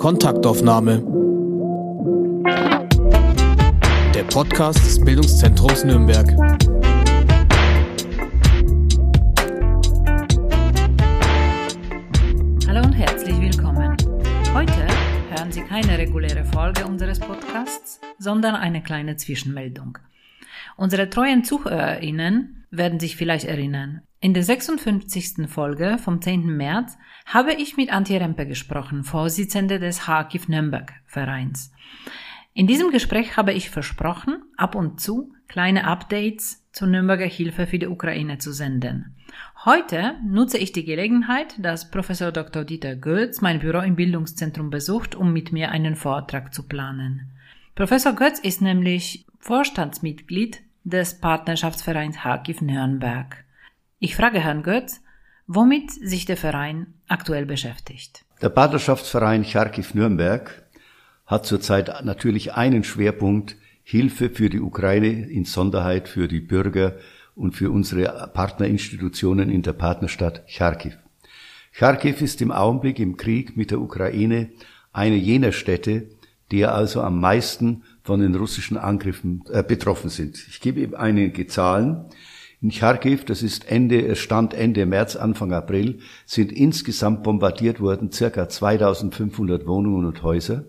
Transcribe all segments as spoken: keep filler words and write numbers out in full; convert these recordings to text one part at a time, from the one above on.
Kontaktaufnahme. Der Podcast des Bildungszentrums Nürnberg. Hallo und herzlich willkommen. Heute hören Sie keine reguläre Folge unseres Podcasts, sondern eine kleine Zwischenmeldung. Unsere treuen ZuhörerInnen werden sich vielleicht erinnern. In der sechsundfünfzigsten Folge vom zehnten März habe ich mit Antje Rempe gesprochen, Vorsitzende des Charkiw Nürnberg Vereins. In diesem Gespräch habe ich versprochen, ab und zu kleine Updates zur Nürnberger Hilfe für die Ukraine zu senden. Heute nutze ich die Gelegenheit, dass Professor Doktor Dieter Götz mein Büro im Bildungszentrum besucht, um mit mir einen Vortrag zu planen. Professor Götz ist nämlich Vorstandsmitglied des Partnerschaftsvereins Charkiw Nürnberg. Ich frage Herrn Götz, womit sich der Verein aktuell beschäftigt. Der Partnerschaftsverein Charkiw Nürnberg hat zurzeit natürlich einen Schwerpunkt: Hilfe für die Ukraine, insonderheit für die Bürger und für unsere Partnerinstitutionen in der Partnerstadt Charkiw. Charkiw ist im Augenblick im Krieg mit der Ukraine eine jener Städte, die also am meisten von den russischen Angriffen äh, betroffen sind. Ich gebe Ihnen einige Zahlen. In Charkiw, das ist Ende, Stand Ende März, Anfang April, sind insgesamt bombardiert worden circa zweitausendfünfhundert Wohnungen und Häuser.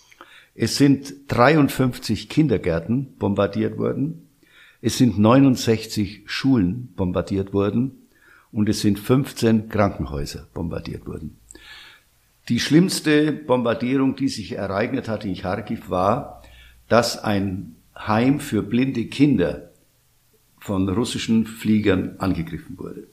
Es sind dreiundfünfzig Kindergärten bombardiert worden. Es sind neunundsechzig Schulen bombardiert worden. Und es sind fünfzehn Krankenhäuser bombardiert worden. Die schlimmste Bombardierung, die sich ereignet hat in Charkiw, war, dass ein Heim für blinde Kinder von russischen Fliegern angegriffen wurde.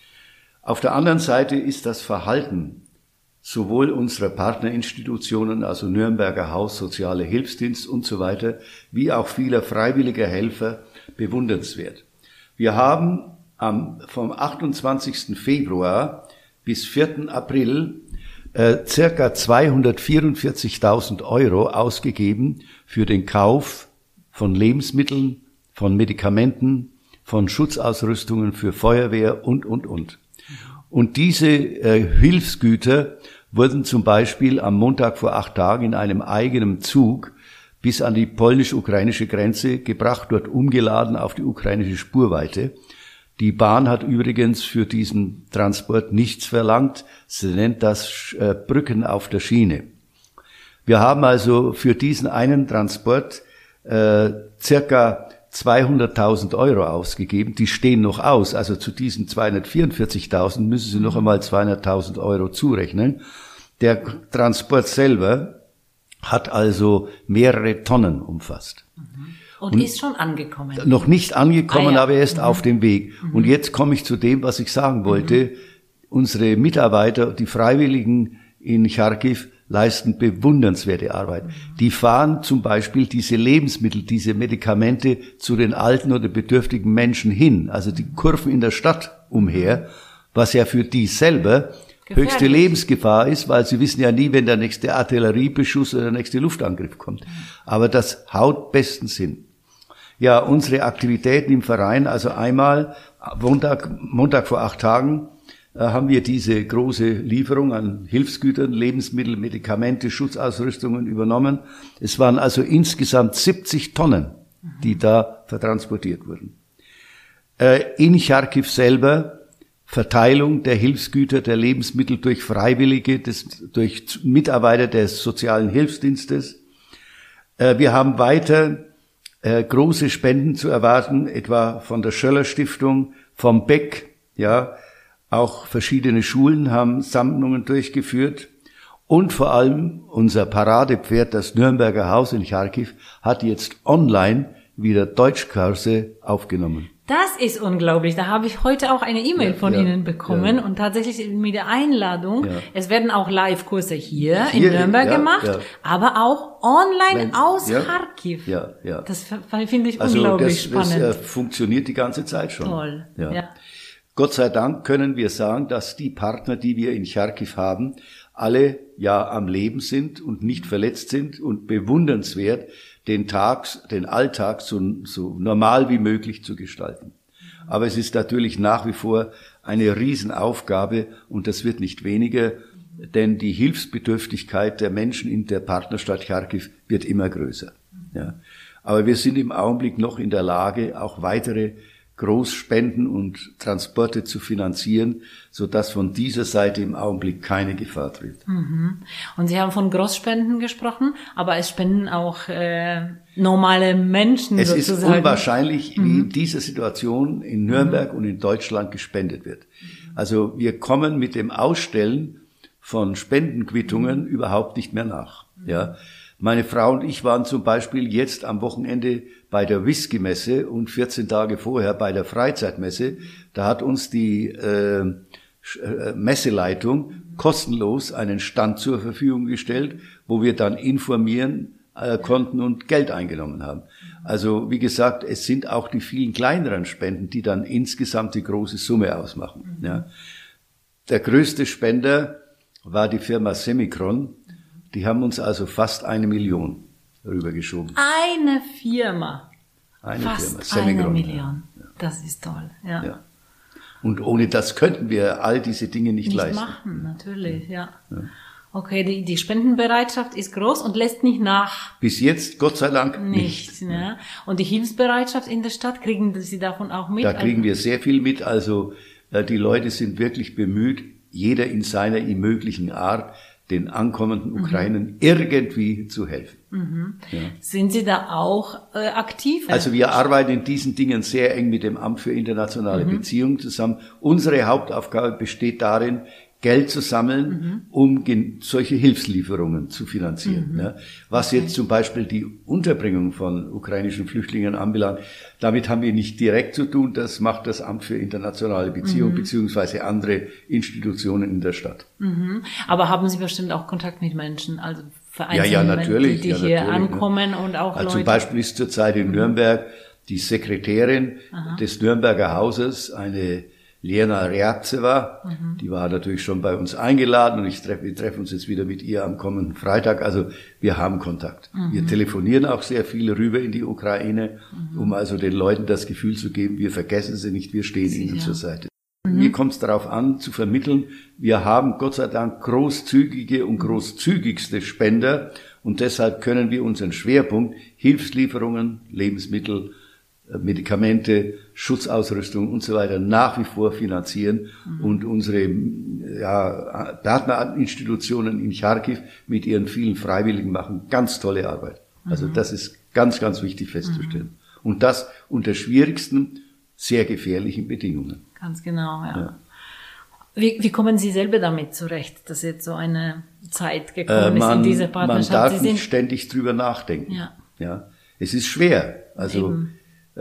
Auf der anderen Seite ist das Verhalten sowohl unserer Partnerinstitutionen, also Nürnberger Haus, Soziale Hilfsdienst und so weiter, wie auch vieler freiwilliger Helfer bewundernswert. Wir haben am, vom achtundzwanzigsten Februar bis vierten April äh, circa zweihundertvierundvierzigtausend Euro ausgegeben für den Kauf von Lebensmitteln, von Medikamenten, von Schutzausrüstungen für Feuerwehr und, und, und. Und diese äh, Hilfsgüter wurden zum Beispiel am Montag vor acht Tagen in einem eigenen Zug bis an die polnisch-ukrainische Grenze gebracht, dort umgeladen auf die ukrainische Spurweite. Die Bahn hat übrigens für diesen Transport nichts verlangt. Sie nennt das äh, Brücken auf der Schiene. Wir haben also für diesen einen Transport äh, circa zweihunderttausend Euro ausgegeben. Die stehen noch aus. Also zu diesen zweihundertvierundvierzigtausend müssen Sie noch einmal zweihunderttausend Euro zurechnen. Der Transport selber hat also mehrere Tonnen umfasst. Und, und ist schon angekommen? Noch nicht angekommen, ah, ja. aber er ist mhm. auf dem Weg. Mhm. Und jetzt komme ich zu dem, was ich sagen wollte. Mhm. Unsere Mitarbeiter, die Freiwilligen in Charkiw, leisten bewundernswerte Arbeit. Mhm. Die fahren zum Beispiel diese Lebensmittel, diese Medikamente zu den alten oder bedürftigen Menschen hin. Also die kurven in der Stadt umher, was ja für die selber gefährlich. Höchste Lebensgefahr ist, weil sie wissen ja nie, wenn der nächste Artilleriebeschuss oder der nächste Luftangriff kommt. Aber das haut bestens hin. Ja, unsere Aktivitäten im Verein, also einmal Montag, Montag vor acht Tagen, haben wir diese große Lieferung an Hilfsgütern, Lebensmittel, Medikamente, Schutzausrüstungen übernommen. Es waren also insgesamt siebzig Tonnen, die da vertransportiert wurden. In Charkiw selber Verteilung der Hilfsgüter, der Lebensmittel durch Freiwillige, des, durch Mitarbeiter des sozialen Hilfsdienstes. Wir haben weiter große Spenden zu erwarten, etwa von der Schöller Stiftung, vom Beck, ja. Auch verschiedene Schulen haben Sammlungen durchgeführt. Und vor allem unser Paradepferd, das Nürnberger Haus in Charkiw, hat jetzt online wieder Deutschkurse aufgenommen. Das ist unglaublich. Da habe ich heute auch eine E-Mail ja, von ja, Ihnen bekommen ja. und tatsächlich mit der Einladung. Ja. Es werden auch Live-Kurse hier, hier in Nürnberg ja, gemacht, ja. aber auch online Wenn, aus ja, Charkiw. Ja, ja. Das finde ich also unglaublich das, spannend. Das äh, funktioniert die ganze Zeit schon. Toll. Ja. Ja. Gott sei Dank können wir sagen, dass die Partner, die wir in Charkiw haben, alle ja am Leben sind und nicht verletzt sind und bewundernswert den Tag, den Alltag so, so normal wie möglich zu gestalten. Aber es ist natürlich nach wie vor eine Riesenaufgabe und das wird nicht weniger. denn die Hilfsbedürftigkeit der Menschen in der Partnerstadt Charkiw wird immer größer. Ja. Aber wir sind im Augenblick noch in der Lage, auch weitere Großspenden und Transporte zu finanzieren, sodass von dieser Seite im Augenblick keine Gefahr tritt. Mhm. Und Sie haben von Großspenden gesprochen, aber es spenden auch äh, normale Menschen es sozusagen. Es ist unwahrscheinlich, mhm. wie in dieser Situation in Nürnberg mhm. und in Deutschland gespendet wird. Also wir kommen mit dem Ausstellen von Spendenquittungen mhm. überhaupt nicht mehr nach. Ja. Meine Frau und ich waren zum Beispiel jetzt am Wochenende bei der Whisky-Messe und vierzehn Tage vorher bei der Freizeitmesse. Da hat uns die äh, Messeleitung kostenlos einen Stand zur Verfügung gestellt, wo wir dann informieren äh, konnten und Geld eingenommen haben. Also wie gesagt, es sind auch die vielen kleineren Spenden, die dann insgesamt die große Summe ausmachen. Ja. Der größte Spender war die Firma Semikron. Die haben uns also fast eine Million rübergeschoben. Eine Firma. Eine fast Firma. Eine Million. Ja. Das ist toll. Ja. ja. Und ohne das könnten wir all diese Dinge nicht, nicht leisten. machen, natürlich, ja. ja. Okay, die, die Spendenbereitschaft ist groß und lässt nicht nach. Bis jetzt, Gott sei Dank, nicht. nicht. Ja. Und die Hilfsbereitschaft in der Stadt, kriegen Sie davon auch mit? Da kriegen wir sehr viel mit. Also die Leute sind wirklich bemüht, jeder in seiner ihm möglichen Art, den ankommenden Ukrainern mhm. irgendwie zu helfen. Mhm. Ja. Sind Sie da auch äh, aktiv? Also wir arbeiten in diesen Dingen sehr eng mit dem Amt für internationale mhm. Beziehungen zusammen. Unsere Hauptaufgabe besteht darin, Geld zu sammeln, mhm. um solche Hilfslieferungen zu finanzieren. Mhm. Ja. Was okay. jetzt zum Beispiel die Unterbringung von ukrainischen Flüchtlingen anbelangt, damit haben wir nicht direkt zu tun. Das macht das Amt für internationale Beziehungen mhm. beziehungsweise andere Institutionen in der Stadt. Mhm. Aber haben Sie bestimmt auch Kontakt mit Menschen, also vereinzelt, ja, ja, natürlich, die, die ja, hier natürlich, ankommen ja. und auch also Leute? Zum Beispiel ist zurzeit in Nürnberg die Sekretärin Aha. des Nürnberger Hauses, eine Lena Reabzeva, mhm. die war natürlich schon bei uns eingeladen und ich treffe, wir treffen uns jetzt wieder mit ihr am kommenden Freitag. Also wir haben Kontakt. Mhm. Wir telefonieren auch sehr viel rüber in die Ukraine, mhm. um also den Leuten das Gefühl zu geben, wir vergessen sie nicht, wir stehen Sicher. ihnen zur Seite. Mhm. Mir kommt es darauf an, zu vermitteln, wir haben Gott sei Dank großzügige und großzügigste Spender und deshalb können wir unseren Schwerpunkt Hilfslieferungen, Lebensmittel, Medikamente, Schutzausrüstung und so weiter nach wie vor finanzieren mhm. und unsere ja, Partnerinstitutionen in Charkiw mit ihren vielen Freiwilligen machen ganz tolle Arbeit. Mhm. Also das ist ganz, ganz wichtig festzustellen. Mhm. Und das unter schwierigsten, sehr gefährlichen Bedingungen. Ganz genau, ja. ja. Wie, wie kommen Sie selber damit zurecht, dass jetzt so eine Zeit gekommen äh, man, ist in dieser Partnerschaft? Man darf Sie nicht ständig drüber nachdenken. Ja. Ja. Es ist schwer. Also Eben.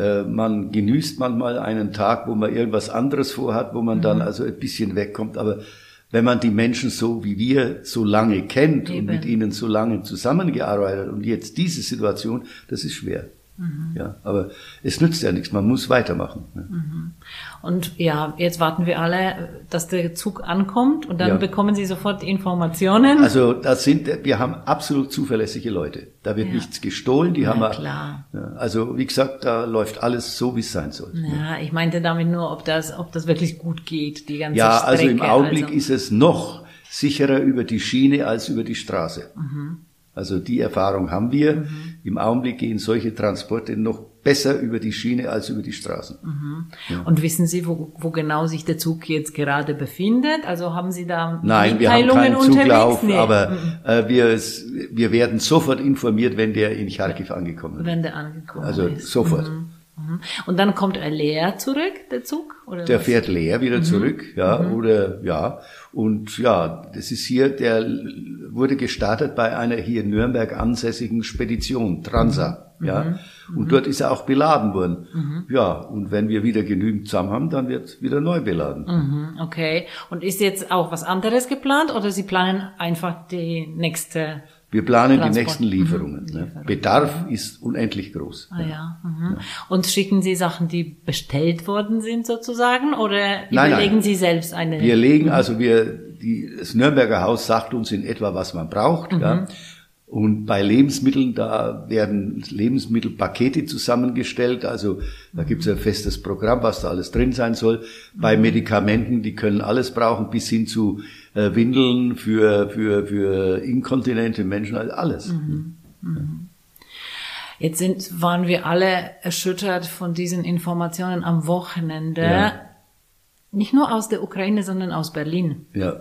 Man genießt manchmal einen Tag, wo man irgendwas anderes vorhat, wo man mhm. dann also ein bisschen wegkommt. Aber wenn man die Menschen so wie wir so lange kennt Eben. und mit ihnen so lange zusammengearbeitet und jetzt diese Situation, das ist schwer. Mhm. Ja, aber es nützt ja nichts, man muss weitermachen. Mhm. Und ja, jetzt warten wir alle, dass der Zug ankommt und dann ja. bekommen Sie sofort Informationen. Also das sind, wir haben absolut zuverlässige Leute. Da wird ja. nichts gestohlen, die ja, haben wir. Klar. Ja, also wie gesagt, da läuft alles so, wie es sein soll. Ja, ja, ich meinte damit nur, ob das, ob das wirklich gut geht, die ganze ja, Strecke. Ja, also im Augenblick also. ist es noch sicherer über die Schiene als über die Straße. Mhm. Also die Erfahrung haben wir. Mhm. Im Augenblick gehen solche Transporte noch besser über die Schiene als über die Straßen. Mhm. Ja. Und wissen Sie, wo, wo genau sich der Zug jetzt gerade befindet? Also haben Sie da Nein, wir haben keinen Zuglauf, nee. aber mhm. äh, wir, wir werden sofort informiert, wenn der in Charkiw angekommen ist. Wenn der angekommen also ist. Also sofort. Mhm. Und dann kommt er leer zurück, der Zug? Oder der was? fährt leer wieder mhm. zurück, ja, mhm. oder, ja. Und ja, das ist hier, der wurde gestartet bei einer hier in Nürnberg ansässigen Spedition, Transa, mhm. ja. Und mhm. dort ist er auch beladen worden. Mhm. Ja, und wenn wir wieder genügend zusammen haben, dann wird wieder neu beladen. Mhm. Okay. Und ist jetzt auch was anderes geplant oder Sie planen einfach die nächste Wir planen Transport. die nächsten Lieferungen. Mhm. Lieferung. Bedarf mhm. ist unendlich groß. Ah, ja. Mhm. ja. Und schicken Sie Sachen, die bestellt worden sind sozusagen, oder nein, überlegen nein. Sie selbst eine? Wir legen, also wir, die, das Nürnberger Haus sagt uns in etwa, was man braucht. Mhm. Ja. Und bei Lebensmitteln, da werden Lebensmittelpakete zusammengestellt. Also da gibt es ein festes Programm, was da alles drin sein soll. Bei Medikamenten, die können alles brauchen, bis hin zu äh, Windeln für, für, für inkontinente Menschen, also alles. Mhm. Mhm. Jetzt sind, waren wir alle erschüttert von diesen Informationen am Wochenende. Ja. Nicht nur aus der Ukraine, sondern aus Berlin. Ja.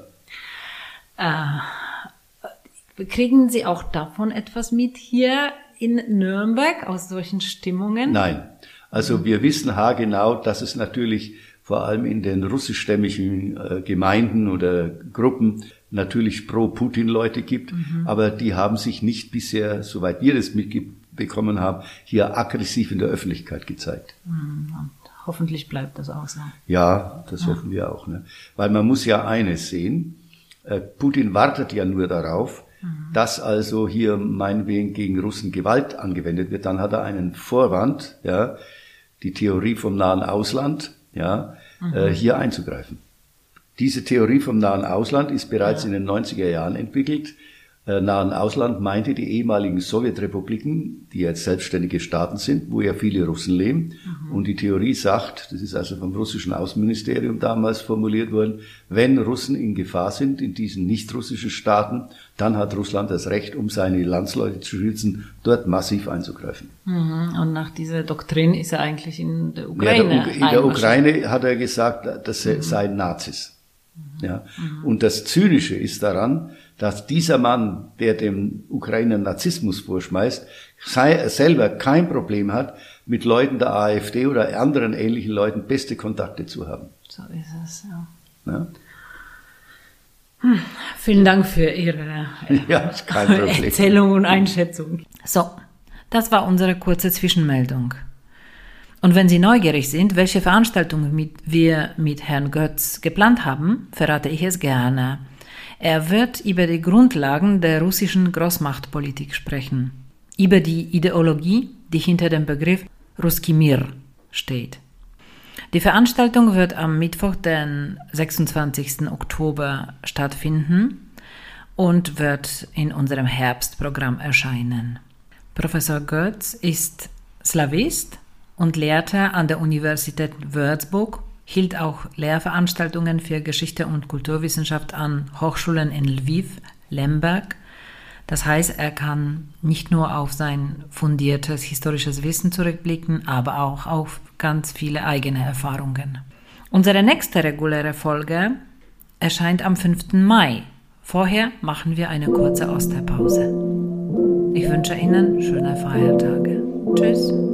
Äh, kriegen Sie auch davon etwas mit hier in Nürnberg, aus solchen Stimmungen? Nein. Also wir wissen haargenau, dass es natürlich vor allem in den russischstämmigen äh, Gemeinden oder Gruppen natürlich Pro-Putin-Leute gibt, mhm. aber die haben sich nicht bisher, soweit wir das mitbekommen haben, hier aggressiv in der Öffentlichkeit gezeigt. Mhm. Und hoffentlich bleibt das auch so. Ja, das ja. hoffen wir auch. Ne? Weil man muss ja eines sehen, äh, Putin wartet ja nur darauf, mhm. dass also hier meinetwegen gegen Russen Gewalt angewendet wird. Dann hat er einen Vorwand, ja, die Theorie vom nahen Ausland, ja, mhm. äh, hier einzugreifen. Diese Theorie vom Nahen Ausland ist bereits ja. in den neunziger Jahren entwickelt. Äh, Nahen Ausland meinte die ehemaligen Sowjetrepubliken, die jetzt selbstständige Staaten sind, wo ja viele Russen leben. Mhm. Und die Theorie sagt, das ist also vom russischen Außenministerium damals formuliert worden, wenn Russen in Gefahr sind in diesen nicht-russischen Staaten, dann hat Russland das Recht, um seine Landsleute zu schützen, dort massiv einzugreifen. Mhm. Und nach dieser Doktrin ist er eigentlich in der Ukraine ja, der In der Ukraine hat er gesagt, das mhm. seien Nazis. Ja. Mhm. Und das Zynische ist daran, dass dieser Mann, der dem Ukrainer Nazismus vorschmeißt, sei, selber kein Problem hat, mit Leuten der AfD oder anderen ähnlichen Leuten beste Kontakte zu haben. So ist es, ja. ja? Hm, vielen Dank für Ihre ja, kein Problem. Erzählung und Einschätzung. So, das war unsere kurze Zwischenmeldung. Und wenn Sie neugierig sind, welche Veranstaltungen mit, wir mit Herrn Götz geplant haben, verrate ich es gerne. Er wird über die Grundlagen der russischen Großmachtpolitik sprechen, über die Ideologie, die hinter dem Begriff Russki Mir steht. Die Veranstaltung wird am Mittwoch, den sechsundzwanzigsten Oktober stattfinden und wird in unserem Herbstprogramm erscheinen. Professor Götz ist Slawist und lehrte an der Universität Würzburg, hielt auch Lehrveranstaltungen für Geschichte und Kulturwissenschaft an Hochschulen in Lviv, Lemberg. Das heißt, er kann nicht nur auf sein fundiertes historisches Wissen zurückblicken, aber auch auf ganz viele eigene Erfahrungen. Unsere nächste reguläre Folge erscheint am fünften Mai. Vorher machen wir eine kurze Osterpause. Ich wünsche Ihnen schöne Feiertage. Tschüss.